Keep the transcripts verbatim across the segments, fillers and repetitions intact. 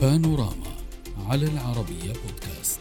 بانوراما على العربية بودكاست.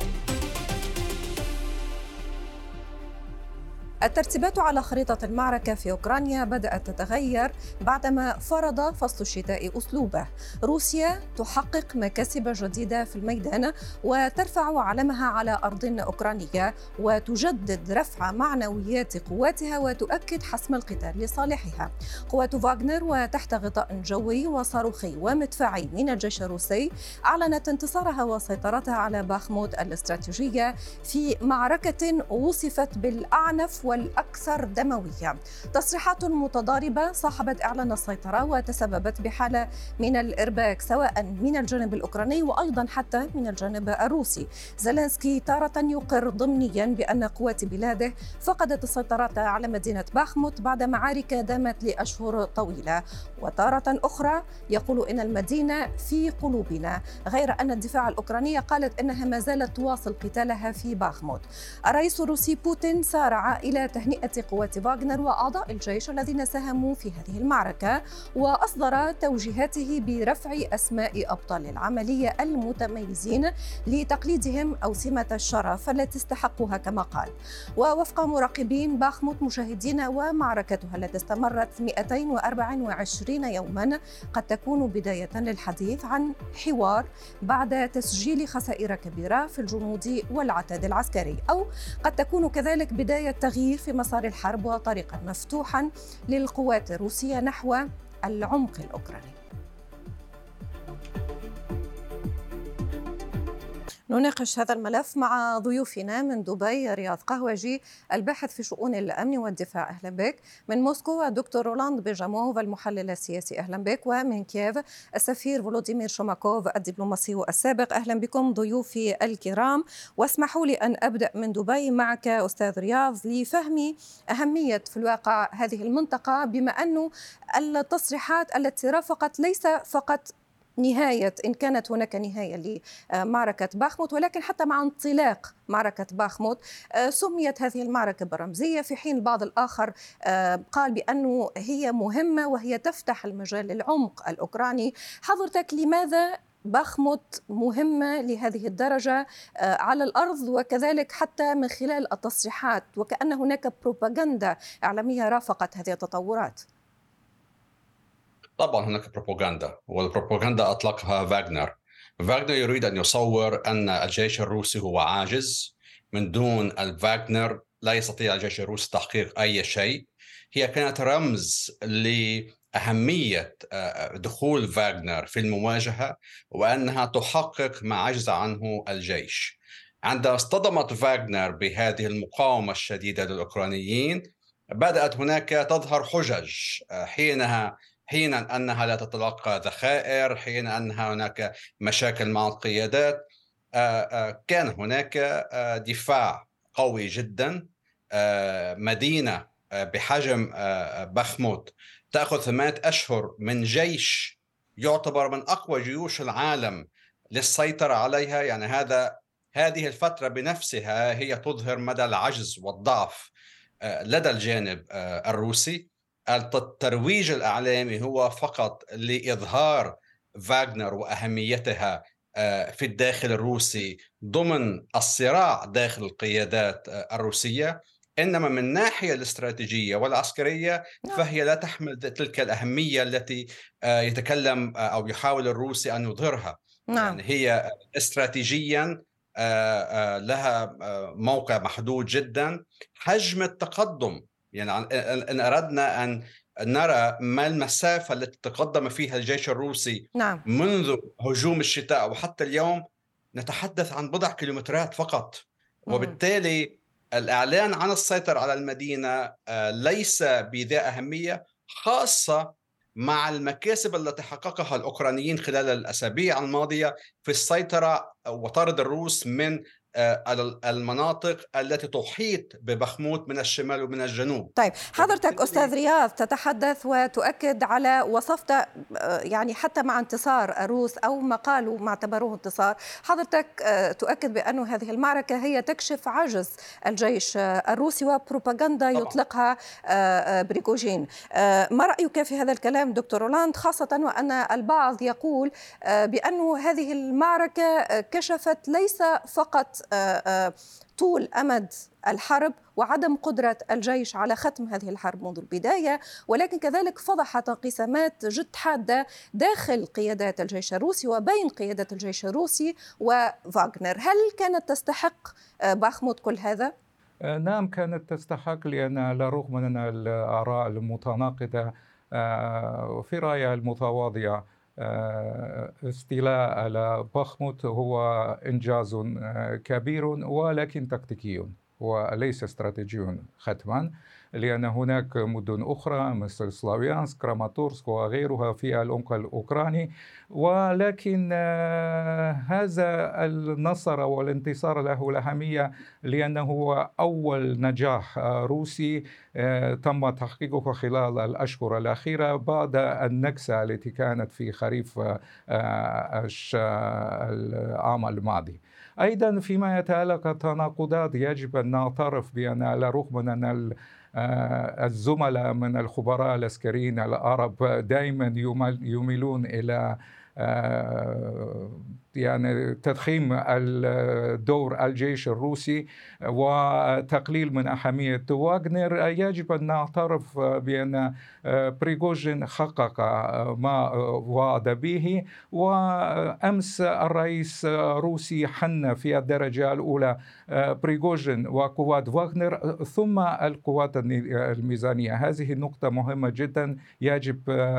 الترتيبات على خريطة المعركة في أوكرانيا بدأت تتغير بعدما فرض فصل الشتاء أسلوبه. روسيا تحقق مكاسب جديدة في الميدان وترفع علمها على أرض أوكرانية وتجدد رفع معنويات قواتها وتؤكد حسم القتال لصالحها. قوات فاغنر وتحت غطاء جوي وصاروخي ومدفعي من الجيش الروسي أعلنت انتصارها وسيطرتها على باخموت الاستراتيجية في معركة وصفت بالأعنف والأكثر دموية. تصريحات متضاربة صاحبت إعلان السيطرة وتسببت بحالة من الإرباك سواء من الجانب الأوكراني وأيضا حتى من الجانب الروسي. زيلينسكي تارة يقر ضمنيا بأن قوات بلاده فقدت السيطرة على مدينة باخموت بعد معارك دامت لأشهر طويلة، وتارة أخرى يقول إن المدينة في قلوبنا، غير أن الدفاع الأوكراني قالت إنها ما زالت تواصل قتالها في باخموت. الرئيس الروسي بوتين سارع إلى تهنئة قوات فاغنر وأعضاء الجيش الذين ساهموا في هذه المعركة، وأصدر توجيهاته برفع أسماء أبطال العملية المتميزين لتقليدهم أوسمة الشرف التي استحقوها كما قال. ووفق مراقبين باخموت مشاهدين، ومعركتها التي استمرت مئتين وأربعة وعشرين يوما قد تكون بداية للحديث عن حوار بعد تسجيل خسائر كبيرة في الجنود والعتاد العسكري، أو قد تكون كذلك بداية تغيير في مسار الحرب وطريقا مفتوحا للقوات الروسية نحو العمق الأوكراني. نناقش هذا الملف مع ضيوفنا من دبي رياض قهوجي الباحث في شؤون الأمن والدفاع، أهلا بك. من موسكو الدكتور رولاند بيجاموف المحلل السياسي، أهلا بك. ومن كييف السفير فولوديمير شوماكوف الدبلوماسي السابق، أهلا بكم ضيوفي الكرام. واسمحوا لي أن أبدأ من دبي معك أستاذ رياض لفهم أهمية في الواقع هذه المنطقة، بما أن التصريحات التي رافقت ليس فقط نهاية، إن كانت هناك نهاية لمعركة باخموت، ولكن حتى مع انطلاق معركة باخموت سميت هذه المعركة بالرمزية، في حين البعض الآخر قال بأنه هي مهمة وهي تفتح المجال للعمق الأوكراني. حضرتك لماذا باخموت مهمة لهذه الدرجة على الأرض، وكذلك حتى من خلال التصريحات، وكأن هناك بروباغندا إعلامية رافقت هذه التطورات؟ طبعا هناك بروباغندا، والبروباغندا أطلقها فاغنر. فاغنر يريد أن يصور أن الجيش الروسي هو عاجز، من دون الفاغنر لا يستطيع الجيش الروسي تحقيق أي شيء. هي كانت رمز لأهمية دخول فاغنر في المواجهة، وأنها تحقق ما عجز عنه الجيش. عندما اصطدمت فاغنر بهذه المقاومة الشديدة للأوكرانيين بدأت هناك تظهر حجج، حينها حين أنها لا تتلقى ذخائر، حين أنها هناك مشاكل مع القيادات. كان هناك دفاع قوي جدا. مدينة بحجم باخموت تأخذ ثمانية أشهر من جيش يعتبر من أقوى جيوش العالم للسيطرة عليها. يعني هذا هذه الفترة بنفسها هي تظهر مدى العجز والضعف لدى الجانب الروسي. الترويج الإعلامي هو فقط لإظهار فاغنر وأهميتها في الداخل الروسي ضمن الصراع داخل القيادات الروسية، إنما من الناحية الاستراتيجية والعسكرية فهي لا تحمل تلك الأهمية التي يتكلم أو يحاول الروسي أن يظهرها. يعني هي استراتيجيا لها موقع محدود جدا. حجم التقدم، يعني إن أردنا أن نرى ما المسافة التي تقدم فيها الجيش الروسي نعم. منذ هجوم الشتاء وحتى اليوم، نتحدث عن بضع كيلومترات فقط. وبالتالي الإعلان عن السيطرة على المدينة ليس بذا أهمية، خاصة مع المكاسب التي حققها الأوكرانيين خلال الأسابيع الماضية في السيطرة وطرد الروس من المناطق التي تحيط ببخموت من الشمال ومن الجنوب. طيب حضرتك أستاذ رياض تتحدث وتؤكد على وصفت يعني حتى مع انتصار الروس أو ما قالوا ما اعتبروه انتصار، حضرتك تؤكد بأن هذه المعركة هي تكشف عجز الجيش الروسي وبروباغندا يطلقها بريغوجين. ما رأيك في هذا الكلام دكتور رولاند، خاصة وأن البعض يقول بأن هذه المعركة كشفت ليس فقط طول أمد الحرب وعدم قدرة الجيش على ختم هذه الحرب منذ البداية، ولكن كذلك فضحت انقسامات جد حادة داخل قيادات الجيش الروسي وبين قيادة الجيش الروسي وفاغنر. هل كانت تستحق باخموت كل هذا؟ نعم كانت تستحق، لأن على الرغم من الآراء المتناقضة في رأيي المتواضعة استيلاء على باخموت هو إنجاز كبير ولكن تكتيكي وليس استراتيجي ختما، لأن هناك مدن أخرى مثل سلاويانسك، كراماتورسك وغيرها في العمق الأوكراني، ولكن هذا النصر والانتصار له الأهمية لأنه هو أول نجاح روسي تم تحقيقه خلال الأشهر الأخيرة بعد النكسة التي كانت في خريف العام الماضي. أيضا فيما يتعلق بالتناقضات يجب أن نعترف بأن على الرغم من أن الزملاء من الخبراء العسكريين العرب دائما يميلون إلى يعني تضخيم الدور الجيش الروسي وتقليل من أهمية واغنر، يجب أن نعترف بأن بريغوجين حقق ما وعد به. وأمس الرئيس الروسي حن في الدرجة الأولى بريغوجين وقوات واغنر ثم القوات الميزانية. هذه النقطة مهمة جدا يجب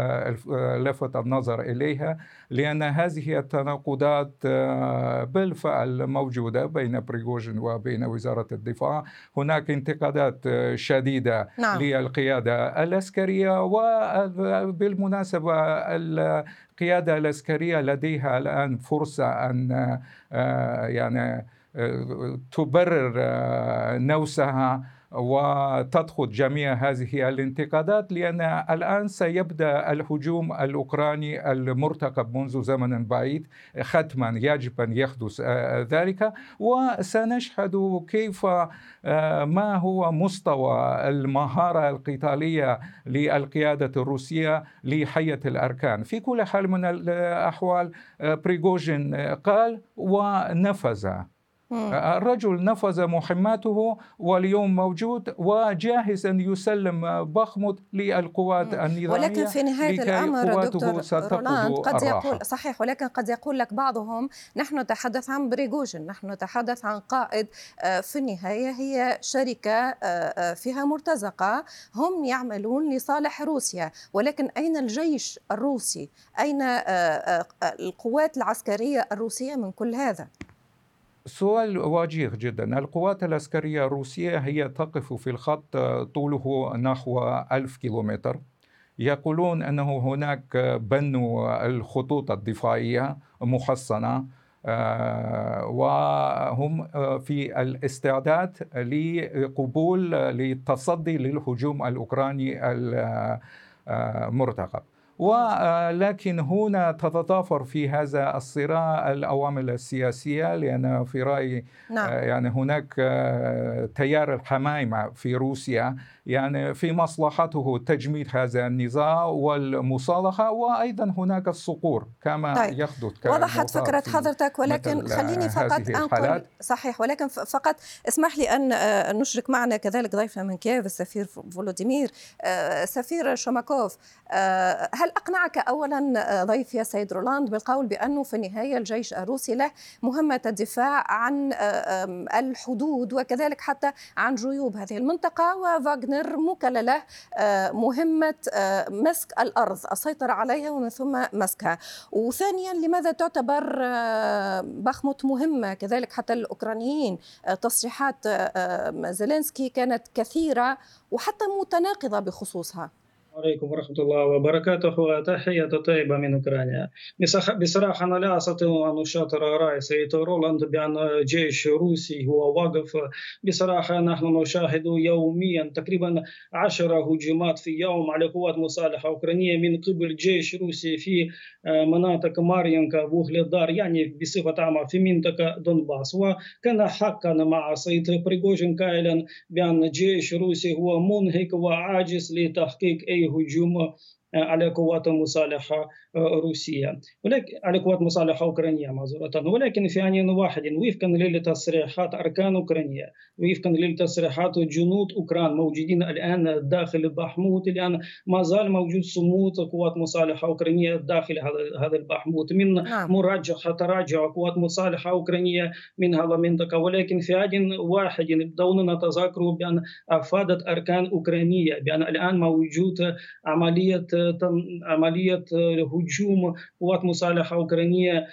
لفت النظر إليها، لأن هذه التناقضات بالفعل موجودة بين بريغوجين وبين وزارة الدفاع. هناك انتقادات شديدة نعم. للقيادة العسكرية، وبالمناسبة القيادة العسكرية لديها الآن فرصة أن يعني تبرر نفسها وتدخل جميع هذه الانتقادات، لأن الآن سيبدأ الهجوم الأوكراني المرتقب منذ زمن بعيد ختما، يجب أن يحدث ذلك، وسنشهد كيف ما هو مستوى المهارة القتالية للقيادة الروسية لحية الأركان. في كل حال من الأحوال بريغوجين قال ونفذ، الرجل نفذ مهمته واليوم موجود وجاهز أن يسلم باخموت للقوات النظامية. ولكن في نهاية الأمر دكتور رولاند قد يقول صحيح، ولكن قد يقول لك بعضهم نحن نتحدث عن بريغوجين، نحن نتحدث عن قائد في النهاية هي شركة فيها مرتزقة هم يعملون لصالح روسيا، ولكن أين الجيش الروسي؟ أين القوات العسكرية الروسية من كل هذا؟ سؤال وجيه جدا. القوات العسكرية الروسية هي تقف في الخط طوله نحو ألف كيلومتر. يقولون أنه هناك بنوا الخطوط الدفاعية محصنة، وهم في الاستعداد لقبول للتصدي للهجوم الأوكراني المرتقب. ولكن هنا تتضافر في هذا الصراع العوامل السياسية، لأن في رأيي نعم. يعني هناك تيار الحمايمة في روسيا يعني في مصلحته تجميد هذا النزاع والمصالحة، وأيضا هناك الصقور كما طيب. يحدث. وضحت فكرة حضرتك، ولكن خليني فقط أنقل صحيح، ولكن فقط اسمح لي أن نشرك معنا كذلك ضيفنا من كييف السفير فولوديمير. سفير شوماكوف، هل أقنعك أولا ضيفي السيد رولاند بالقول بأنه في النهاية الجيش الروسي له مهمة الدفاع عن الحدود وكذلك حتى عن جيوب هذه المنطقة، وفاغنر مكلله مهمة مسك الأرض، السيطرة عليها ومن ثم مسكها؟ وثانيا لماذا تعتبر باخموت مهمة كذلك حتى الأوكرانيين؟ تصريحات زيلينسكي كانت كثيرة وحتى متناقضة بخصوصها. عليكم ورحمة الله وبركاته وتحية طيبة من أوكرانيا. بصراحة أنا لا أستطيع أن أشاطر رأي سيد رولاند بأن جيش روسي هو واقف. بصراحة نحن نشاهد يوميا تقريبا عشر هجمات في يوم على قوات مسلحة أوكرانية من قبل جيش روسي في مناطق مارينكا ووهليدار، يعني بصفة عامة في منطقة دونباس. وكان حقا مع سيد بريغوجين قائلا بأن جيش روسي هو منهك وعاجز لتحقيق أي هجوم على قوات مسلحة روسية، ولكن على قوات مسلحة أوكرانية معذرة. ولكن في آن واحد وفقا لتصريحات أركان أوكرانيا، وفقا لتصريحات جنود أوكران موجودين الآن داخل بحموت، الآن ما زال موجود صمود قوات مسلحة أوكرانية داخل هذا البحموت من مراجعة تراجع قوات مسلحة أوكرانية من هذا المنطقة. ولكن في آن واحد دعونا نتذكر بأن أفادت أركان أوكرانية بأن الآن موجود عملية عملية هجوم قوات مسلحة أوكرانية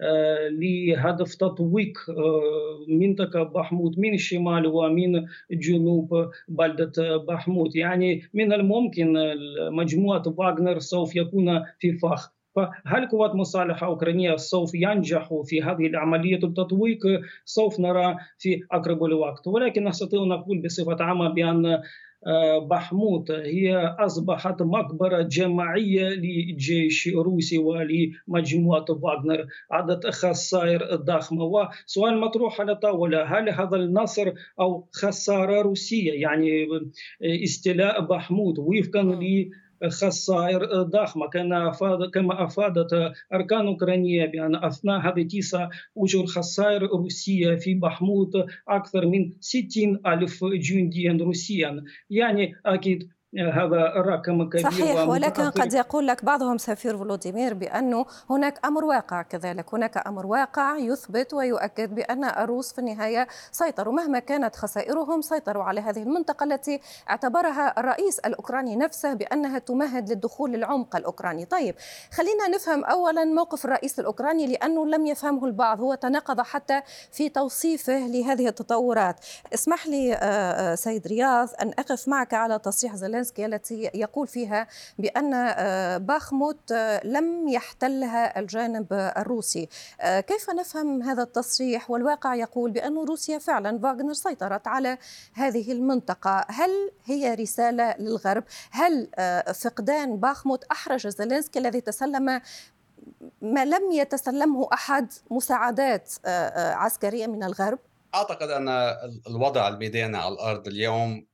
لهدف تطويق منطقة بحموت من الشمال ومن جنوب بلدة بحموت. يعني من الممكن مجموعة واغنر سوف يكون في فخ. فهل قوات مسلحة أوكرانية سوف ينجحوا في هذه العملية التطويق؟ سوف نرى في أقرب الوقت. ولكن نستطيع نقول بصفة عامة بأن بحموت هي أصبحت مقبرة جماعية لجيش روسي ولمجموعة واغنر، عدد خسائر ضخمة. وسؤال مطروح على الطاولة، هل هذا النصر أو خسارة روسية، يعني استيلاء بحموت وفقا ل خسائر ضخمة كما أفاد كما أفادت أركان أوكرانية بأن أثناء هذه تسع وجود خسائر روسية في بحموت أكثر من ستين ألف جنديا روسيا. يعني أكيد هذا رقم كبير. صحيح، ولكن قد يقول لك بعضهم سفير فولوديمير بأنه هناك أمر واقع، كذلك هناك أمر واقع يثبت ويؤكد بأن الروس في النهاية سيطروا مهما كانت خسائرهم، سيطروا على هذه المنطقة التي اعتبرها الرئيس الأوكراني نفسه بأنها تمهد للدخول للعمق الأوكراني. طيب خلينا نفهم أولا موقف الرئيس الأوكراني لأنه لم يفهمه البعض، هو تناقض حتى في توصيفه لهذه التطورات. اسمح لي سيد رياض أن أقف معك على تصريح زيلينسكي التي يقول فيها بأن باخموت لم يحتلها الجانب الروسي. كيف نفهم هذا التصريح والواقع يقول بأن روسيا فعلا فاغنر سيطرت على هذه المنطقة؟ هل هي رسالة للغرب؟ هل فقدان باخموت أحرج زيلينسكي الذي تسلم ما لم يتسلمه أحد مساعدات عسكرية من الغرب؟ أعتقد أن الوضع الميداني على الأرض اليوم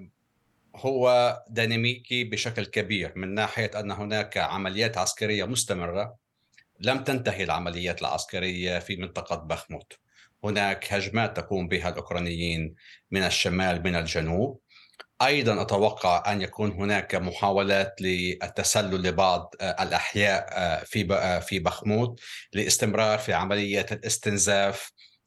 هو ديناميكي بشكل كبير، من ناحية أن هناك عمليات عسكرية مستمرة، لم تنتهي العمليات العسكرية في منطقة بخموت. هناك هجمات تقوم بها الأوكرانيين من الشمال من الجنوب. أيضا أتوقع أن يكون هناك محاولات للتسلل لبعض الأحياء في في بخموت لاستمرار في عمليات الاستنزاف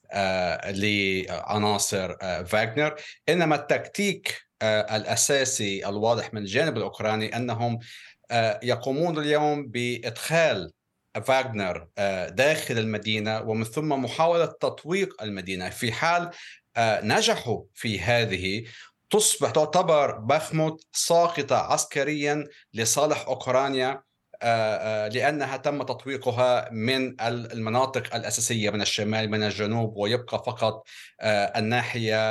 لعناصر فاغنر. إنما التكتيك الأساسي الواضح من الجانب الأوكراني أنهم يقومون اليوم بإدخال فاغنر داخل المدينة ومن ثم محاولة تطويق المدينة. في حال نجحوا في هذه تصبح تعتبر بخموت ساقطة عسكريا لصالح أوكرانيا، لأنها تم تطويقها من المناطق الأساسية من الشمال من الجنوب، ويبقى فقط الناحية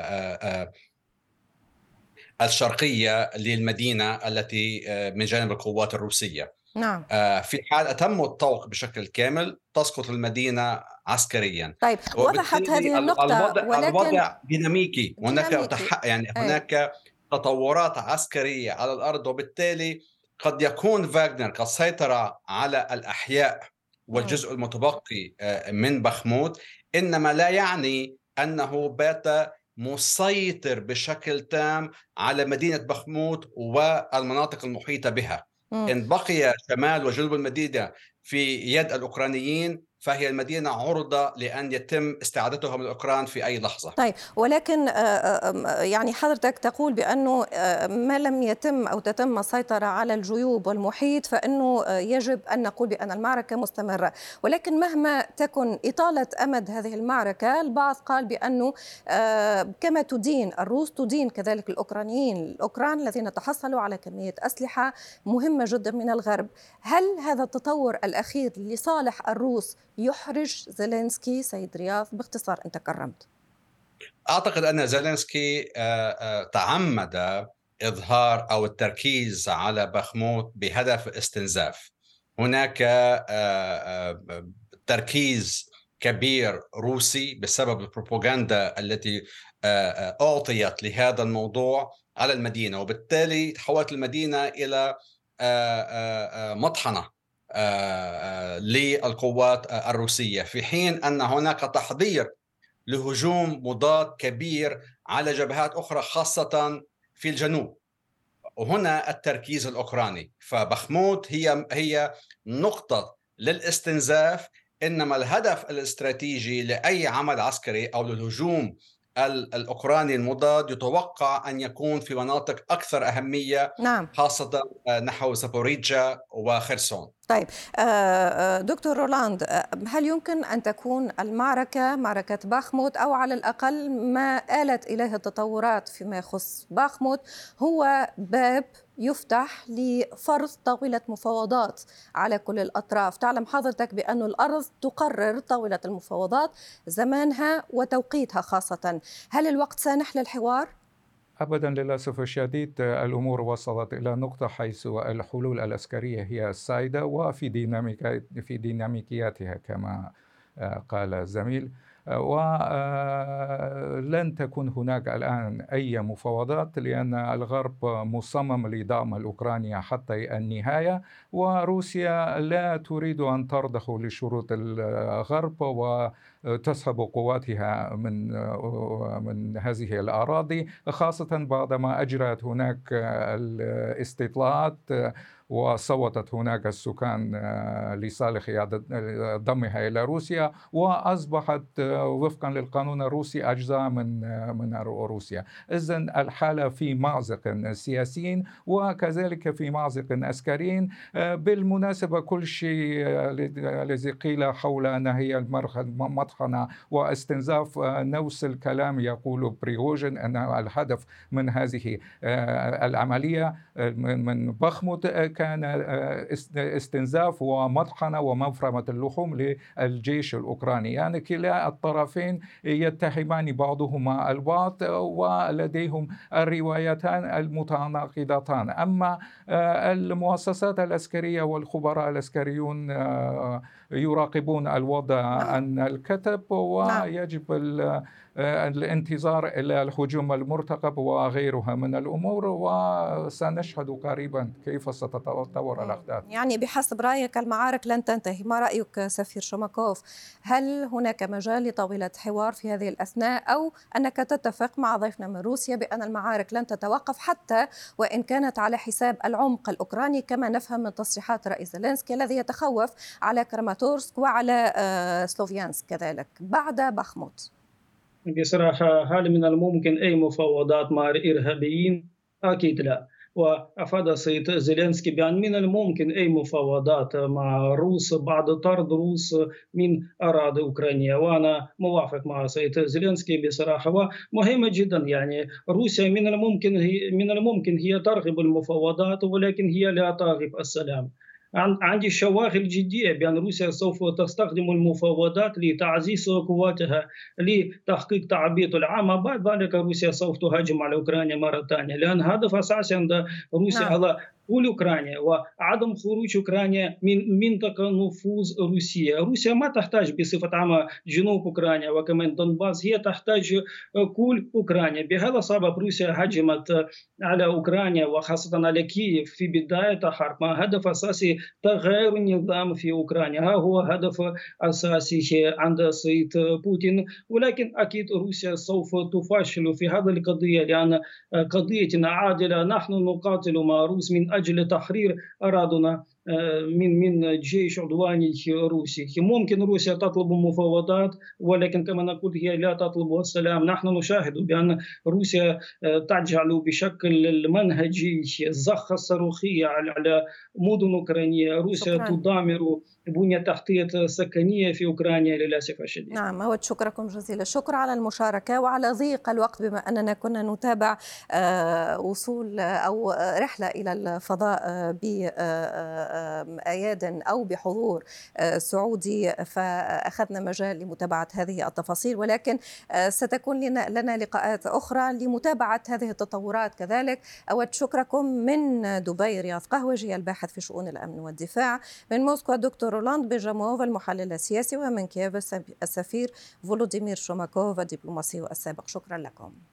الشرقية للمدينة التي من جانب القوات الروسية. نعم. في حال تم الطوق بشكل كامل تسقط المدينة عسكريا. طيب وضحت هذه النقطة، الوضع, ولكن الوضع ديناميكي، هناك يعني هناك أي. تطورات عسكرية على الأرض، وبالتالي قد يكون فاغنر قد سيطر على الأحياء والجزء م. المتبقي من بخموت، إنما لا يعني أنه بات مسيطر بشكل تام على مدينة بخموت والمناطق المحيطة بها. م. إن بقي شمال وجنوب المدينة في يد الأوكرانيين فهي المدينة عرضة لأن يتم استعادتها من الأوكران في أي لحظة. طيب، ولكن يعني حضرتك تقول بأنه ما لم يتم أو تتم السيطرة على الجيوب والمحيط فإنه يجب أن نقول بأن المعركة مستمرة، ولكن مهما تكن إطالة أمد هذه المعركة البعض قال بأنه كما تدين الروس تدين كذلك الأوكرانيين الأوكران الذين تحصلوا على كمية أسلحة مهمة جدا من الغرب. هل هذا التطور الأخير لصالح الروس يحرج زيلينسكي؟ سيد رياض باختصار أنت كرمت. أعتقد أن زيلينسكي تعمد إظهار أو التركيز على بخموت بهدف استنزاف. هناك تركيز كبير روسي بسبب البروباغندا التي أعطيت لهذا الموضوع على المدينة، وبالتالي تحولت المدينة إلى مطحنة للقوات الروسية، في حين أن هناك تحضير لهجوم مضاد كبير على جبهات أخرى خاصة في الجنوب. وهنا التركيز الأوكراني، فبخموت هي هي نقطة للاستنزاف، إنما الهدف الاستراتيجي لأي عمل عسكري أو للهجوم الأوكراني المضاد يتوقع أن يكون في مناطق أكثر أهمية. نعم. خاصة نحو زابوريجيا وخرسون. طيب دكتور رولاند، هل يمكن أن تكون المعركة معركة باخموت أو على الأقل ما آلت إليه التطورات فيما يخص باخموت هو باب يفتح لفرض طاولة مفاوضات على كل الأطراف؟ تعلم حضرتك بأن الأرض تقرر طاولة المفاوضات زمانها وتوقيتها خاصة. هل الوقت سانح للحوار؟ أبدا للأسف الشديد الأمور وصلت إلى نقطة حيث الحلول العسكرية هي السائدة وفي ديناميكا في ديناميكياتها كما قال الزميل، ولن تكون هناك الآن أي مفاوضات لأن الغرب مصمم لدعم الأوكرانيا حتى النهاية، وروسيا لا تريد أن ترضخ لشروط الغرب وتسحب قواتها من من هذه الأراضي، خاصة بعدما أجرت هناك الاستطلاعات وصوتت هناك السكان لصالح ضمها إلى روسيا، وأصبحت وفقا للقانون الروسي أجزاء من من روسيا. إذن الحالة في مأزق سياسي وكذلك في مأزق عسكري. بالمناسبة كل شيء الذي قيل حول أنها هي مطحنة واستنزاف نفس الكلام يقول بريغوجين أن الهدف من هذه العملية من بخموت كان استنزاف ومطحنة ومفرمة اللحوم للجيش الأوكراني. يعني كلا الطرفين يتهمان بعضهما البعض ولديهم الروايتان المتناقضتان. أما المؤسسات العسكرية والخبراء العسكريون يراقبون الوضع عن الكتب، ويجب الانتظار إلى الهجوم المرتقب وغيرها من الأمور، وسنشهد قريبا كيف ستتطور الأحداث. يعني بحسب رأيك المعارك لن تنتهي. ما رأيك سفير شوماكوف؟ هل هناك مجال لطاولة حوار في هذه الأثناء، أو أنك تتفق مع ضيفنا من روسيا بأن المعارك لن تتوقف حتى وإن كانت على حساب العمق الأوكراني كما نفهم من تصريحات رئيس زيلينسكي الذي يتخوف على كراماتورسك وعلى سلوفيانسك كذلك بعد باخموت؟ بصراحة هل من الممكن أي مفاوضات مع الإرهابيين؟ أكيد لا. وأفاد السيد زيلينسكي بأن من الممكن أي مفاوضات مع روس بعد طرد روس من أراضي أوكرانيا، وأنا موافق مع السيد زيلينسكي بصراحة. ومهمة جدا يعني روسيا من الممكن هي من الممكن هي ترغب المفاوضات، ولكن هي لا ترغب السلام. عندي شواغل جدية بأن روسيا سوف تستخدم المفاوضات لتعزيز قواتها لتحقيق تعبئة العام. بعد ذلك روسيا سوف تهاجم على أوكرانيا مرة ثانية، لأن هدف أساسي عند روسيا نعم. على طول أوكرانيا وعدم خروج أوكرانيا من منطقة نفوذ روسيا. روسيا ما تحتاج بصفة عامة جنوب أوكرانيا وكمان دونباس، هي تحتاج كل أوكرانيا. بهذا السبب روسيا هاجمت على أوكرانيا وخاصة على كييف في بداية الحرب، مع هدف أساسي تغيير النظام في أوكرانيا. ها هو هدف أساسي عند السيد بوتين، ولكن أكيد روسيا سوف تفشل في هذه القضية، لأن قضيتنا عادلة. نحن نقاتل مع روس من أجل تحرير أراضنا من من جيش عدواني روسي. ممكن روسيا تطلب مفاوضات، ولكن كما نقول هي لا تطلب السلام. نحن نشاهد بأن روسيا تجعل بشكل منهجي الزخة الصاروخية على مدن أوكرانية. روسيا شكرا. تدمر بنية تحتية سكنية في أوكرانيا للأسف الشديد. نعم، أود شكركم جزيلا الشكر على المشاركة وعلى ضيق الوقت، بما أننا كنا نتابع وصول أو رحلة إلى الفضاء بأياد أو بحضور سعودي، فأخذنا مجال لمتابعة هذه التفاصيل، ولكن ستكون لنا, لنا لقاءات أخرى لمتابعة هذه التطورات كذلك. أود شكركم من دبي رياض قهوجي الباحث في شؤون الأمن والدفاع، من موسكو الدكتور رولاند بيجاموف المحلل السياسي، ومن كييف السفير فولوديمير شوماكوف الدبلوماسي السابق. شكرا لكم.